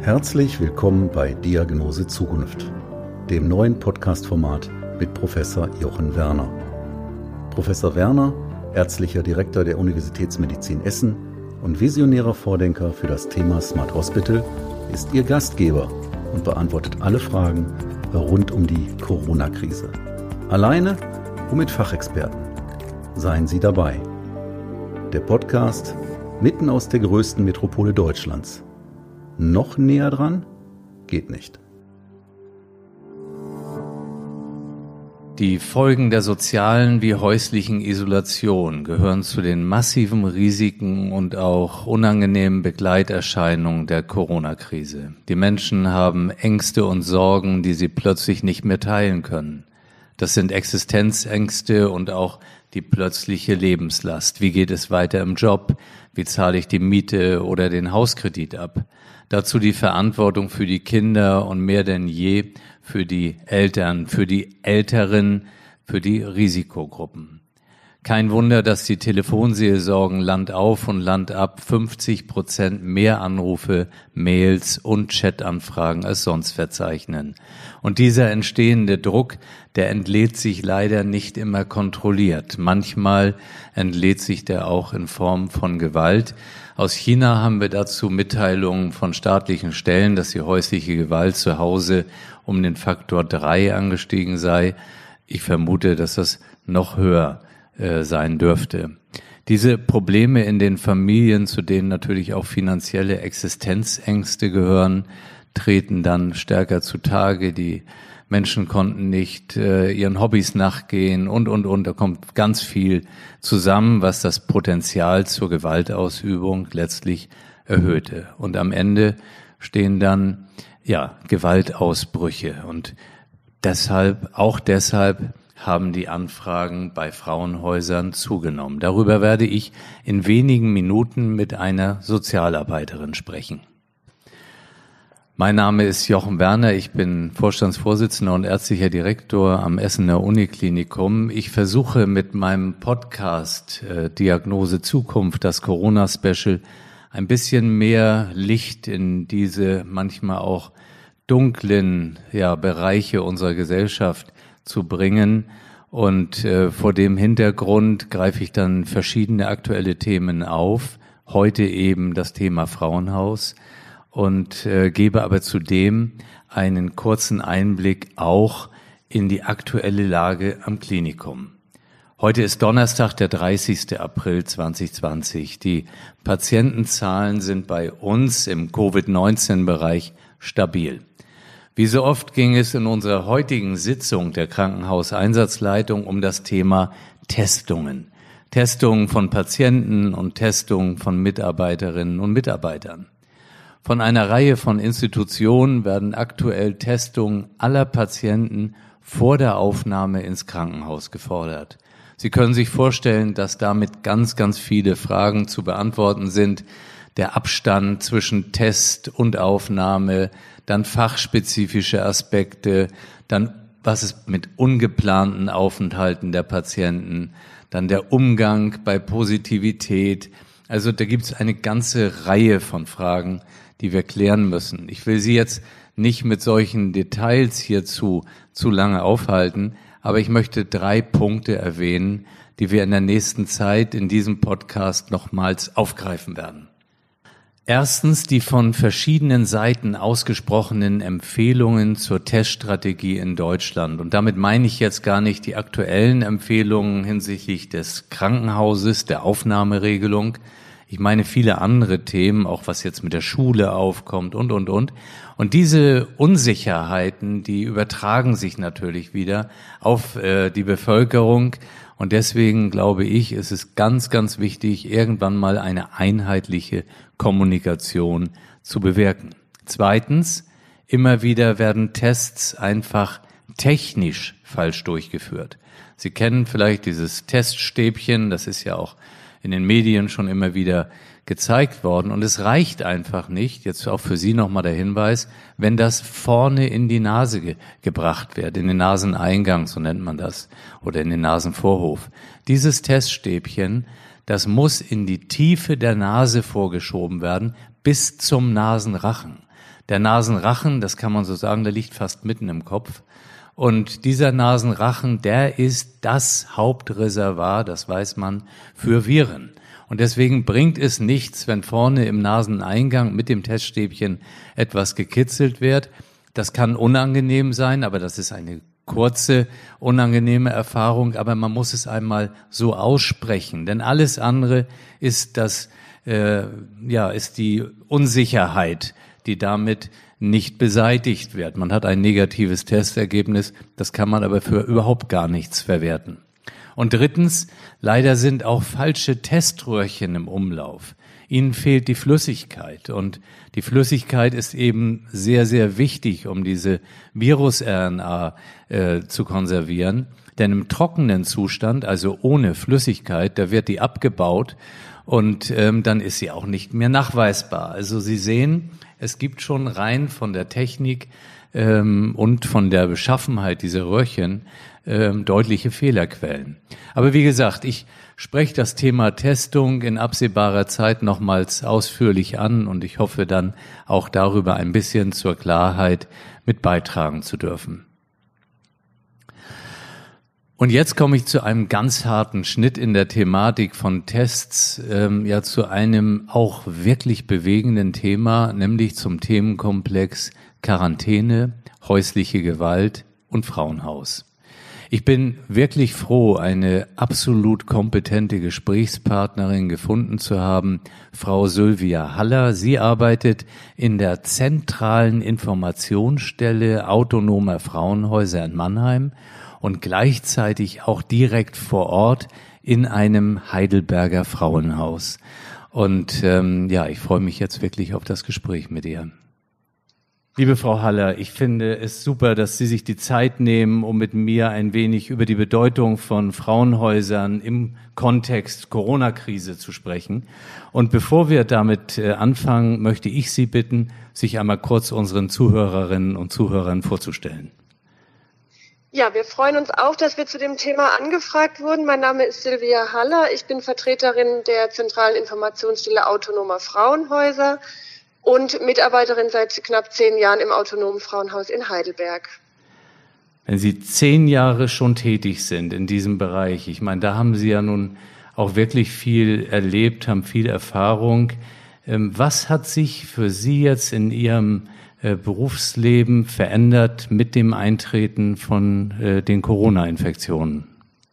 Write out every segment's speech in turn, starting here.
Herzlich willkommen bei Diagnose Zukunft, dem neuen Podcast-Format mit Professor Jochen Werner. Professor Werner, ärztlicher Direktor der Universitätsmedizin Essen und visionärer Vordenker für das Thema Smart Hospital, ist Ihr Gastgeber und beantwortet alle Fragen rund um die Corona-Krise. Alleine und mit Fachexperten. Seien Sie dabei. Der Podcast mitten aus der größten Metropole Deutschlands. Noch näher dran? Geht nicht. Die Folgen der sozialen wie häuslichen Isolation gehören zu den massiven Risiken und auch unangenehmen Begleiterscheinungen der Corona-Krise. Die Menschen haben Ängste und Sorgen, die sie plötzlich nicht mehr teilen können. Das sind Existenzängste und auch die plötzliche Lebenslast. Wie geht es weiter im Job? Wie zahle ich die Miete oder den Hauskredit ab? Dazu die Verantwortung für die Kinder und mehr denn je für die Eltern, für die Älteren, für die Risikogruppen. Kein Wunder, dass die Telefonseelsorgen Land auf und Land ab 50% mehr Anrufe, Mails und Chatanfragen als sonst verzeichnen. Und dieser entstehende Druck, der entlädt sich leider nicht immer kontrolliert. Manchmal entlädt sich der auch in Form von Gewalt. Aus China haben wir dazu Mitteilungen von staatlichen Stellen, dass die häusliche Gewalt zu Hause um den Faktor 3 angestiegen sei. Ich vermute, dass das noch höher sein dürfte. Diese Probleme in den Familien, zu denen natürlich auch finanzielle Existenzängste gehören, treten dann stärker zutage. Die Menschen konnten nicht ihren Hobbys nachgehen und. Da kommt ganz viel zusammen, was das Potenzial zur Gewaltausübung letztlich erhöhte. Und am Ende stehen dann Gewaltausbrüche. Und deshalb haben die Anfragen bei Frauenhäusern zugenommen. Darüber werde ich in wenigen Minuten mit einer Sozialarbeiterin sprechen. Mein Name ist Jochen Werner, ich bin Vorstandsvorsitzender und ärztlicher Direktor am Essener Uniklinikum. Ich versuche mit meinem Podcast Diagnose Zukunft, das Corona-Special, ein bisschen mehr Licht in diese manchmal auch dunklen Bereiche unserer Gesellschaft zu bringen. Und vor dem Hintergrund greife ich dann verschiedene aktuelle Themen auf. Heute eben das Thema Frauenhaus und gebe aber zudem einen kurzen Einblick auch in die aktuelle Lage am Klinikum. Heute ist Donnerstag, der 30. April 2020. Die Patientenzahlen sind bei uns im Covid-19-Bereich stabil. Wie so oft ging es in unserer heutigen Sitzung der Krankenhauseinsatzleitung um das Thema Testungen. Testungen von Patienten und Testungen von Mitarbeiterinnen und Mitarbeitern. Von einer Reihe von Institutionen werden aktuell Testungen aller Patienten vor der Aufnahme ins Krankenhaus gefordert. Sie können sich vorstellen, dass damit ganz, ganz viele Fragen zu beantworten sind. Der Abstand zwischen Test und Aufnahme, dann fachspezifische Aspekte, dann was ist mit ungeplanten Aufenthalten der Patienten, dann der Umgang bei Positivität. Also da gibt es eine ganze Reihe von Fragen, die wir klären müssen. Ich will Sie jetzt nicht mit solchen Details hierzu zu lange aufhalten, aber ich möchte 3 Punkte erwähnen, die wir in der nächsten Zeit in diesem Podcast nochmals aufgreifen werden. Erstens die von verschiedenen Seiten ausgesprochenen Empfehlungen zur Teststrategie in Deutschland. Und damit meine ich jetzt gar nicht die aktuellen Empfehlungen hinsichtlich des Krankenhauses, der Aufnahmeregelung. Ich meine viele andere Themen, auch was jetzt mit der Schule aufkommt und. Und diese Unsicherheiten, die übertragen sich natürlich wieder auf die Bevölkerung. Und deswegen glaube ich, ist es ganz, ganz wichtig, irgendwann mal eine einheitliche Kommunikation zu bewirken. Zweitens, immer wieder werden Tests einfach technisch falsch durchgeführt. Sie kennen vielleicht dieses Teststäbchen, das ist ja auch in den Medien schon immer wieder gezeigt worden. Und es reicht einfach nicht, jetzt auch für Sie nochmal der Hinweis, wenn das vorne in die Nase gebracht wird, in den Naseneingang, so nennt man das, oder in den Nasenvorhof. Dieses Teststäbchen, das muss in die Tiefe der Nase vorgeschoben werden, bis zum Nasenrachen. Der Nasenrachen, das kann man so sagen, der liegt fast mitten im Kopf. Und dieser Nasenrachen, der ist das Hauptreservoir, das weiß man, für Viren. Und deswegen bringt es nichts, wenn vorne im Naseneingang mit dem Teststäbchen etwas gekitzelt wird. Das kann unangenehm sein, aber das ist eine kurze, unangenehme Erfahrung. Aber man muss es einmal so aussprechen, denn alles andere ist ist die Unsicherheit, die damit nicht beseitigt wird. Man hat ein negatives Testergebnis, das kann man aber für überhaupt gar nichts verwerten. Und drittens, leider sind auch falsche Teströhrchen im Umlauf. Ihnen fehlt die Flüssigkeit und die Flüssigkeit ist eben sehr, sehr wichtig, um diese Virus-RNA zu konservieren. Denn im trockenen Zustand, also ohne Flüssigkeit, da wird die abgebaut und dann ist sie auch nicht mehr nachweisbar. Also Sie sehen, es gibt schon rein von der Technik und von der Beschaffenheit dieser Röhrchen deutliche Fehlerquellen. Aber wie gesagt, ich spreche das Thema Testung in absehbarer Zeit nochmals ausführlich an und ich hoffe dann auch darüber ein bisschen zur Klarheit mit beitragen zu dürfen. Und jetzt komme ich zu einem ganz harten Schnitt in der Thematik von Tests, zu einem auch wirklich bewegenden Thema, nämlich zum Themenkomplex Quarantäne, häusliche Gewalt und Frauenhaus. Ich bin wirklich froh, eine absolut kompetente Gesprächspartnerin gefunden zu haben, Frau Sylvia Haller. Sie arbeitet in der zentralen Informationsstelle autonomer Frauenhäuser in Mannheim und gleichzeitig auch direkt vor Ort in einem Heidelberger Frauenhaus. Und ich freue mich jetzt wirklich auf das Gespräch mit ihr. Liebe Frau Haller, ich finde es super, dass Sie sich die Zeit nehmen, um mit mir ein wenig über die Bedeutung von Frauenhäusern im Kontext Corona-Krise zu sprechen. Und bevor wir damit anfangen, möchte ich Sie bitten, sich einmal kurz unseren Zuhörerinnen und Zuhörern vorzustellen. Ja, wir freuen uns auch, dass wir zu dem Thema angefragt wurden. Mein Name ist Sylvia Haller. Ich bin Vertreterin der zentralen Informationsstelle autonomer Frauenhäuser und Mitarbeiterin seit knapp 10 Jahren im autonomen Frauenhaus in Heidelberg. Wenn Sie 10 Jahre schon tätig sind in diesem Bereich, ich meine, da haben Sie ja nun auch wirklich viel erlebt, haben viel Erfahrung. Was hat sich für Sie jetzt in Ihrem Berufsleben verändert mit dem Eintreten von den Corona-Infektionen?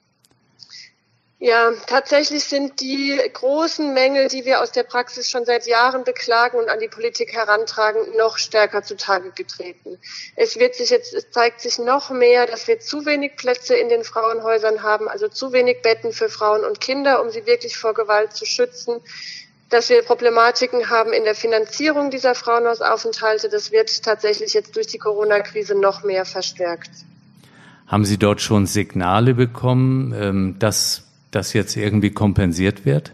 Ja, tatsächlich sind die großen Mängel, die wir aus der Praxis schon seit Jahren beklagen und an die Politik herantragen, noch stärker zutage getreten. Es zeigt sich noch mehr, dass wir zu wenig Plätze in den Frauenhäusern haben, also zu wenig Betten für Frauen und Kinder, um sie wirklich vor Gewalt zu schützen. Dass wir Problematiken haben in der Finanzierung dieser Frauenhausaufenthalte, das wird tatsächlich jetzt durch die Corona-Krise noch mehr verstärkt. Haben Sie dort schon Signale bekommen, dass das jetzt irgendwie kompensiert wird?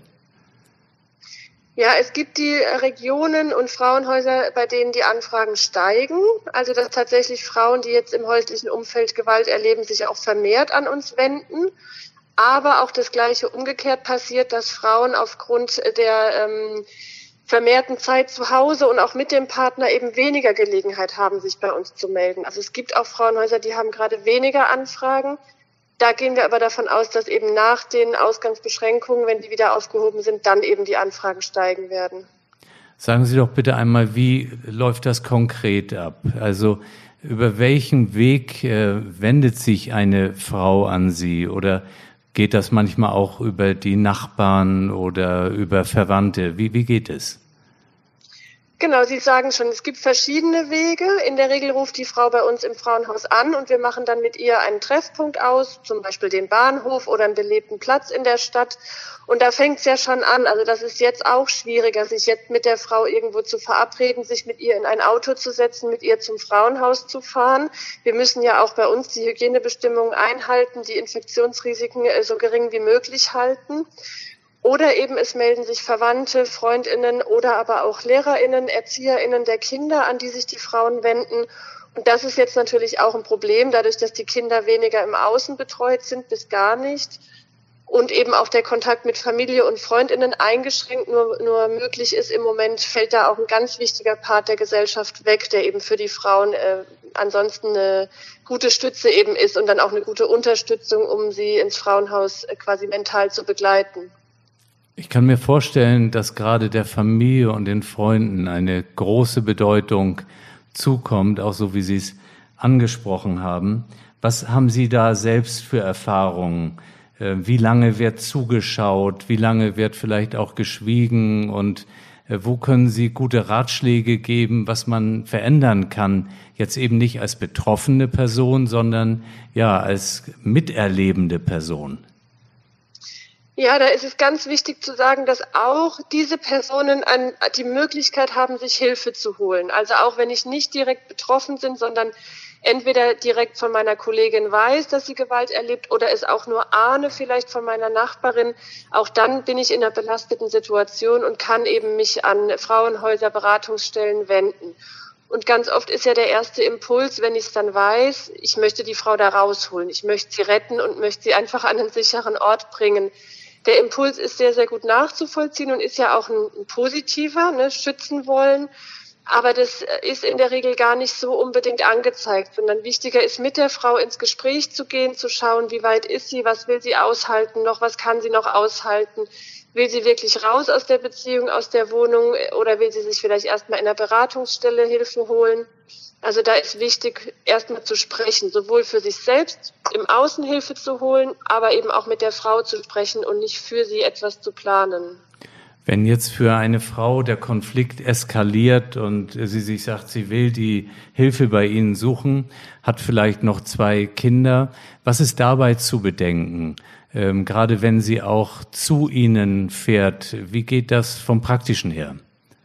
Ja, es gibt die Regionen und Frauenhäuser, bei denen die Anfragen steigen. Also dass tatsächlich Frauen, die jetzt im häuslichen Umfeld Gewalt erleben, sich auch vermehrt an uns wenden. Aber auch das Gleiche umgekehrt passiert, dass Frauen aufgrund der vermehrten Zeit zu Hause und auch mit dem Partner eben weniger Gelegenheit haben, sich bei uns zu melden. Also es gibt auch Frauenhäuser, die haben gerade weniger Anfragen. Da gehen wir aber davon aus, dass eben nach den Ausgangsbeschränkungen, wenn die wieder aufgehoben sind, dann eben die Anfragen steigen werden. Sagen Sie doch bitte einmal, wie läuft das konkret ab? Also über welchen Weg wendet sich eine Frau an Sie oder geht das manchmal auch über die Nachbarn oder über Verwandte? Wie geht es? Genau, Sie sagen schon, es gibt verschiedene Wege. In der Regel ruft die Frau bei uns im Frauenhaus an und wir machen dann mit ihr einen Treffpunkt aus, zum Beispiel den Bahnhof oder einen belebten Platz in der Stadt. Und da fängt es ja schon an. Also das ist jetzt auch schwieriger, sich jetzt mit der Frau irgendwo zu verabreden, sich mit ihr in ein Auto zu setzen, mit ihr zum Frauenhaus zu fahren. Wir müssen ja auch bei uns die Hygienebestimmungen einhalten, die Infektionsrisiken so gering wie möglich halten. Oder eben es melden sich Verwandte, FreundInnen oder aber auch LehrerInnen, ErzieherInnen der Kinder, an die sich die Frauen wenden. Und das ist jetzt natürlich auch ein Problem, dadurch, dass die Kinder weniger im Außen betreut sind, bis gar nicht. und eben auch der Kontakt mit Familie und Freundinnen eingeschränkt nur möglich ist im Moment, fällt da auch ein ganz wichtiger Part der Gesellschaft weg, der eben für die Frauen ansonsten eine gute Stütze eben ist und dann auch eine gute Unterstützung, um sie ins Frauenhaus quasi mental zu begleiten. Ich kann mir vorstellen, dass gerade der Familie und den Freunden eine große Bedeutung zukommt, auch so wie Sie es angesprochen haben. Was haben Sie da selbst für Erfahrungen? Wie lange wird zugeschaut? Wie lange wird vielleicht auch geschwiegen? Und wo können Sie gute Ratschläge geben, was man verändern kann? Jetzt eben nicht als betroffene Person, sondern ja als miterlebende Person. Ja, da ist es ganz wichtig zu sagen, dass auch diese Personen die Möglichkeit haben, sich Hilfe zu holen. Also auch wenn ich nicht direkt betroffen bin, sondern entweder direkt von meiner Kollegin weiß, dass sie Gewalt erlebt oder es auch nur ahne, vielleicht von meiner Nachbarin. Auch dann bin ich in einer belasteten Situation und kann eben mich an Frauenhäuser, Beratungsstellen wenden. Und ganz oft ist ja der erste Impuls, wenn ich es dann weiß, ich möchte die Frau da rausholen. Ich möchte sie retten und möchte sie einfach an einen sicheren Ort bringen. Der Impuls ist sehr, sehr gut nachzuvollziehen und ist ja auch ein positiver, schützen wollen. Aber das ist in der Regel gar nicht so unbedingt angezeigt, sondern wichtiger ist, mit der Frau ins Gespräch zu gehen, zu schauen, wie weit ist sie, was will sie aushalten noch, was kann sie noch aushalten. Will sie wirklich raus aus der Beziehung, aus der Wohnung oder will sie sich vielleicht erstmal in einer Beratungsstelle Hilfe holen? Also da ist wichtig, erstmal zu sprechen, sowohl für sich selbst, im Außen Hilfe zu holen, aber eben auch mit der Frau zu sprechen und nicht für sie etwas zu planen. Wenn jetzt für eine Frau der Konflikt eskaliert und sie sich sagt, sie will die Hilfe bei Ihnen suchen, hat vielleicht noch 2 Kinder, was ist dabei zu bedenken? Gerade wenn sie auch zu Ihnen fährt, wie geht das vom Praktischen her?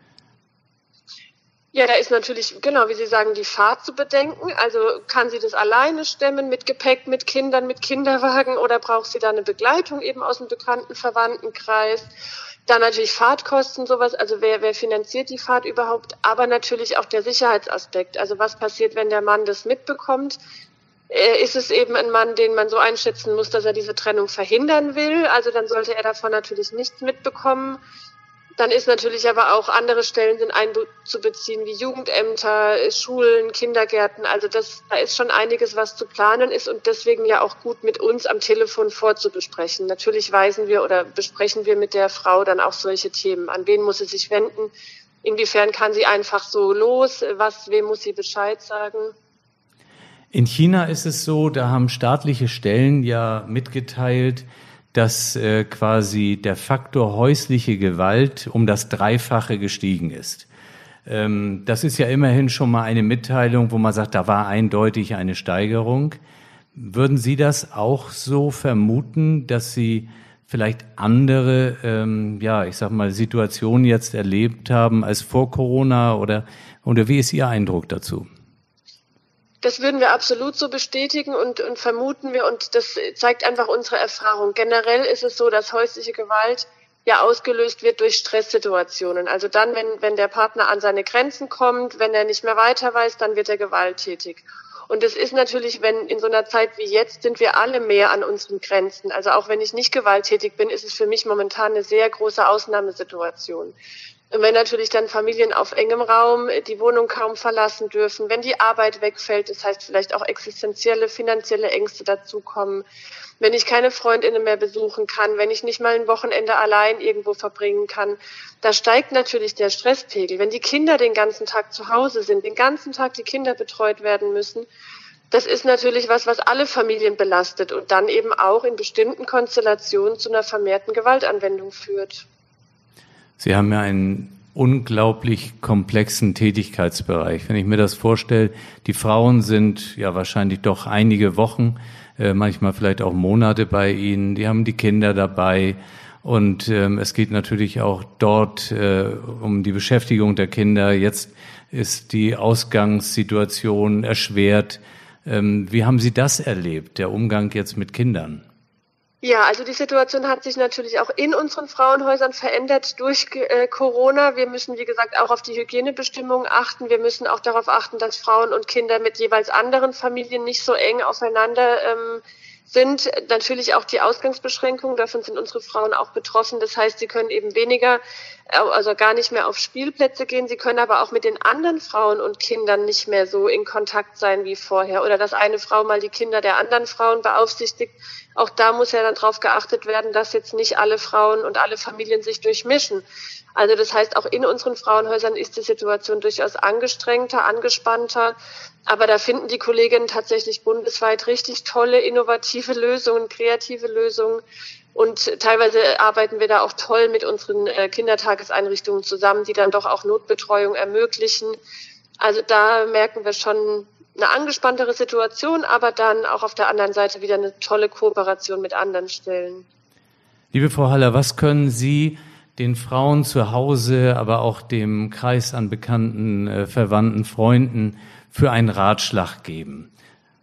Ja, da ist natürlich, genau wie Sie sagen, die Fahrt zu bedenken. Also kann sie das alleine stemmen mit Gepäck, mit Kindern, mit Kinderwagen oder braucht sie da eine Begleitung eben aus dem bekannten Verwandtenkreis? Dann natürlich Fahrtkosten, sowas, also wer finanziert die Fahrt überhaupt? Aber natürlich auch der Sicherheitsaspekt. Also was passiert, wenn der Mann das mitbekommt? Ist es eben ein Mann, den man so einschätzen muss, dass er diese Trennung verhindern will? Also dann sollte er davon natürlich nichts mitbekommen. Dann ist natürlich aber auch andere Stellen sind einzubeziehen, wie Jugendämter, Schulen, Kindergärten. Also da ist schon einiges, was zu planen ist und deswegen ja auch gut mit uns am Telefon vorzubesprechen. Natürlich weisen wir oder besprechen wir mit der Frau dann auch solche Themen. An wen muss sie sich wenden? Inwiefern kann sie einfach so los? Wem muss sie Bescheid sagen? In China ist es so, da haben staatliche Stellen ja mitgeteilt, dass quasi der Faktor häusliche Gewalt um das Dreifache gestiegen ist. Das ist ja immerhin schon mal eine Mitteilung, wo man sagt, da war eindeutig eine Steigerung. Würden Sie das auch so vermuten, dass Sie vielleicht andere, Situationen jetzt erlebt haben als vor Corona oder wie ist Ihr Eindruck dazu? Das würden wir absolut so bestätigen und vermuten wir und das zeigt einfach unsere Erfahrung. Generell ist es so, dass häusliche Gewalt ja ausgelöst wird durch Stresssituationen. Also dann, wenn der Partner an seine Grenzen kommt, wenn er nicht mehr weiter weiß, dann wird er gewalttätig. Und es ist natürlich, wenn in so einer Zeit wie jetzt sind wir alle mehr an unseren Grenzen. Also auch wenn ich nicht gewalttätig bin, ist es für mich momentan eine sehr große Ausnahmesituation. Und wenn natürlich dann Familien auf engem Raum die Wohnung kaum verlassen dürfen, wenn die Arbeit wegfällt, das heißt vielleicht auch existenzielle, finanzielle Ängste dazukommen, wenn ich keine Freundinnen mehr besuchen kann, wenn ich nicht mal ein Wochenende allein irgendwo verbringen kann, da steigt natürlich der Stresspegel. Wenn die Kinder den ganzen Tag zu Hause sind, den ganzen Tag die Kinder betreut werden müssen, das ist natürlich was alle Familien belastet und dann eben auch in bestimmten Konstellationen zu einer vermehrten Gewaltanwendung führt. Sie haben ja einen unglaublich komplexen Tätigkeitsbereich. Wenn ich mir das vorstelle, die Frauen sind ja wahrscheinlich doch einige Wochen, manchmal vielleicht auch Monate bei Ihnen. Die haben die Kinder dabei und es geht natürlich auch dort um die Beschäftigung der Kinder. Jetzt ist die Ausgangssituation erschwert. Wie haben Sie das erlebt, der Umgang jetzt mit Kindern? Ja, also die Situation hat sich natürlich auch in unseren Frauenhäusern verändert durch Corona. Wir müssen, wie gesagt, auch auf die Hygienebestimmungen achten. Wir müssen auch darauf achten, dass Frauen und Kinder mit jeweils anderen Familien nicht so eng aufeinander sind natürlich auch die Ausgangsbeschränkungen. Davon sind unsere Frauen auch betroffen. Das heißt, sie können eben weniger, also gar nicht mehr auf Spielplätze gehen. Sie können aber auch mit den anderen Frauen und Kindern nicht mehr so in Kontakt sein wie vorher. Oder dass eine Frau mal die Kinder der anderen Frauen beaufsichtigt. Auch da muss ja dann drauf geachtet werden, dass jetzt nicht alle Frauen und alle Familien sich durchmischen. Also das heißt, auch in unseren Frauenhäusern ist die Situation durchaus angestrengter, angespannter. Aber da finden die Kolleginnen tatsächlich bundesweit richtig tolle, innovative Lösungen, kreative Lösungen. Und teilweise arbeiten wir da auch toll mit unseren Kindertageseinrichtungen zusammen, die dann doch auch Notbetreuung ermöglichen. Also da merken wir schon eine angespanntere Situation, aber dann auch auf der anderen Seite wieder eine tolle Kooperation mit anderen Stellen. Liebe Frau Haller, was können Sie den Frauen zu Hause, aber auch dem Kreis an bekannten, Verwandten, Freunden für einen Ratschlag geben?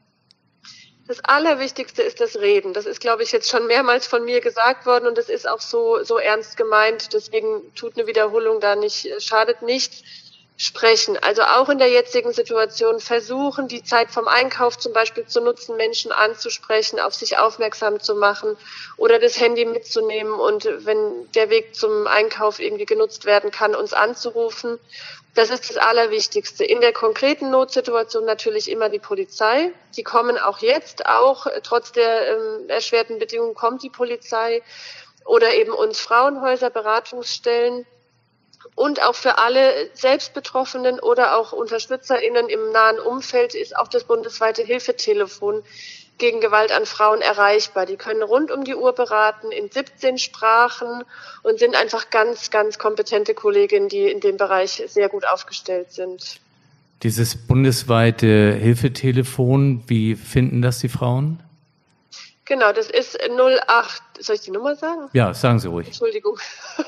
Das Allerwichtigste ist das Reden. Das ist, glaube ich, jetzt schon mehrmals von mir gesagt worden und das ist auch so ernst gemeint. Deswegen tut eine Wiederholung da nicht, schadet nichts. Sprechen. Also auch in der jetzigen Situation versuchen, die Zeit vom Einkauf zum Beispiel zu nutzen, Menschen anzusprechen, auf sich aufmerksam zu machen oder das Handy mitzunehmen und wenn der Weg zum Einkauf irgendwie genutzt werden kann, uns anzurufen. Das ist das Allerwichtigste. In der konkreten Notsituation natürlich immer die Polizei. Die kommen auch jetzt, auch trotz der erschwerten Bedingungen kommt die Polizei oder eben uns Frauenhäuser, Beratungsstellen. Und auch für alle Selbstbetroffenen oder auch UnterstützerInnen im nahen Umfeld ist auch das bundesweite Hilfetelefon gegen Gewalt an Frauen erreichbar. Die können rund um die Uhr beraten in 17 Sprachen und sind einfach ganz, ganz kompetente Kolleginnen, die in dem Bereich sehr gut aufgestellt sind. Dieses bundesweite Hilfetelefon, wie finden das die Frauen? Genau, das ist 08, soll ich die Nummer sagen? Ja, sagen Sie ruhig. Entschuldigung.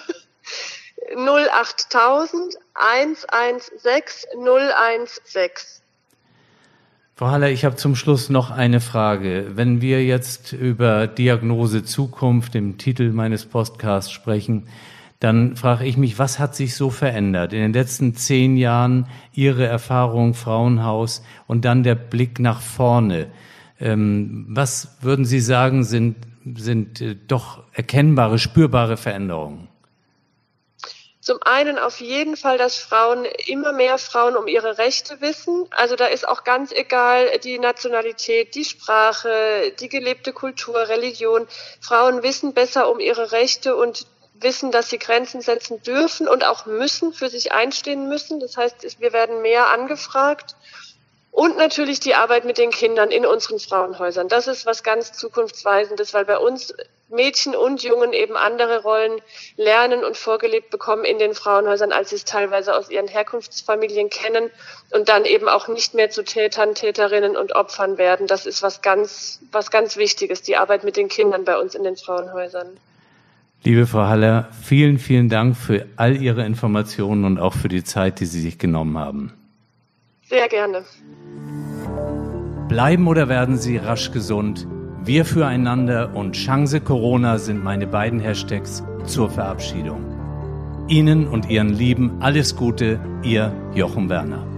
08000 116 016. Frau Haller, ich habe zum Schluss noch eine Frage. Wenn wir jetzt über Diagnose Zukunft, im Titel meines Podcasts, sprechen, dann frage ich mich, was hat sich so verändert in den letzten 10 Jahren, Ihre Erfahrung, Frauenhaus und dann der Blick nach vorne? Was würden Sie sagen, sind doch erkennbare, spürbare Veränderungen? Zum einen auf jeden Fall, dass immer mehr Frauen um ihre Rechte wissen. Also da ist auch ganz egal die Nationalität, die Sprache, die gelebte Kultur, Religion. Frauen wissen besser um ihre Rechte und wissen, dass sie Grenzen setzen dürfen und auch müssen, für sich einstehen müssen. Das heißt, wir werden mehr angefragt. Und natürlich die Arbeit mit den Kindern in unseren Frauenhäusern. Das ist was ganz Zukunftsweisendes, weil bei uns Mädchen und Jungen eben andere Rollen lernen und vorgelebt bekommen in den Frauenhäusern, als sie es teilweise aus ihren Herkunftsfamilien kennen und dann eben auch nicht mehr zu Tätern, Täterinnen und Opfern werden. Das ist was ganz Wichtiges, die Arbeit mit den Kindern bei uns in den Frauenhäusern. Liebe Frau Haller, vielen, vielen Dank für all Ihre Informationen und auch für die Zeit, die Sie sich genommen haben. Sehr gerne. Bleiben oder werden Sie rasch gesund? Wir füreinander und Chance Corona sind meine beiden Hashtags zur Verabschiedung. Ihnen und Ihren Lieben alles Gute, Ihr Jochen Werner.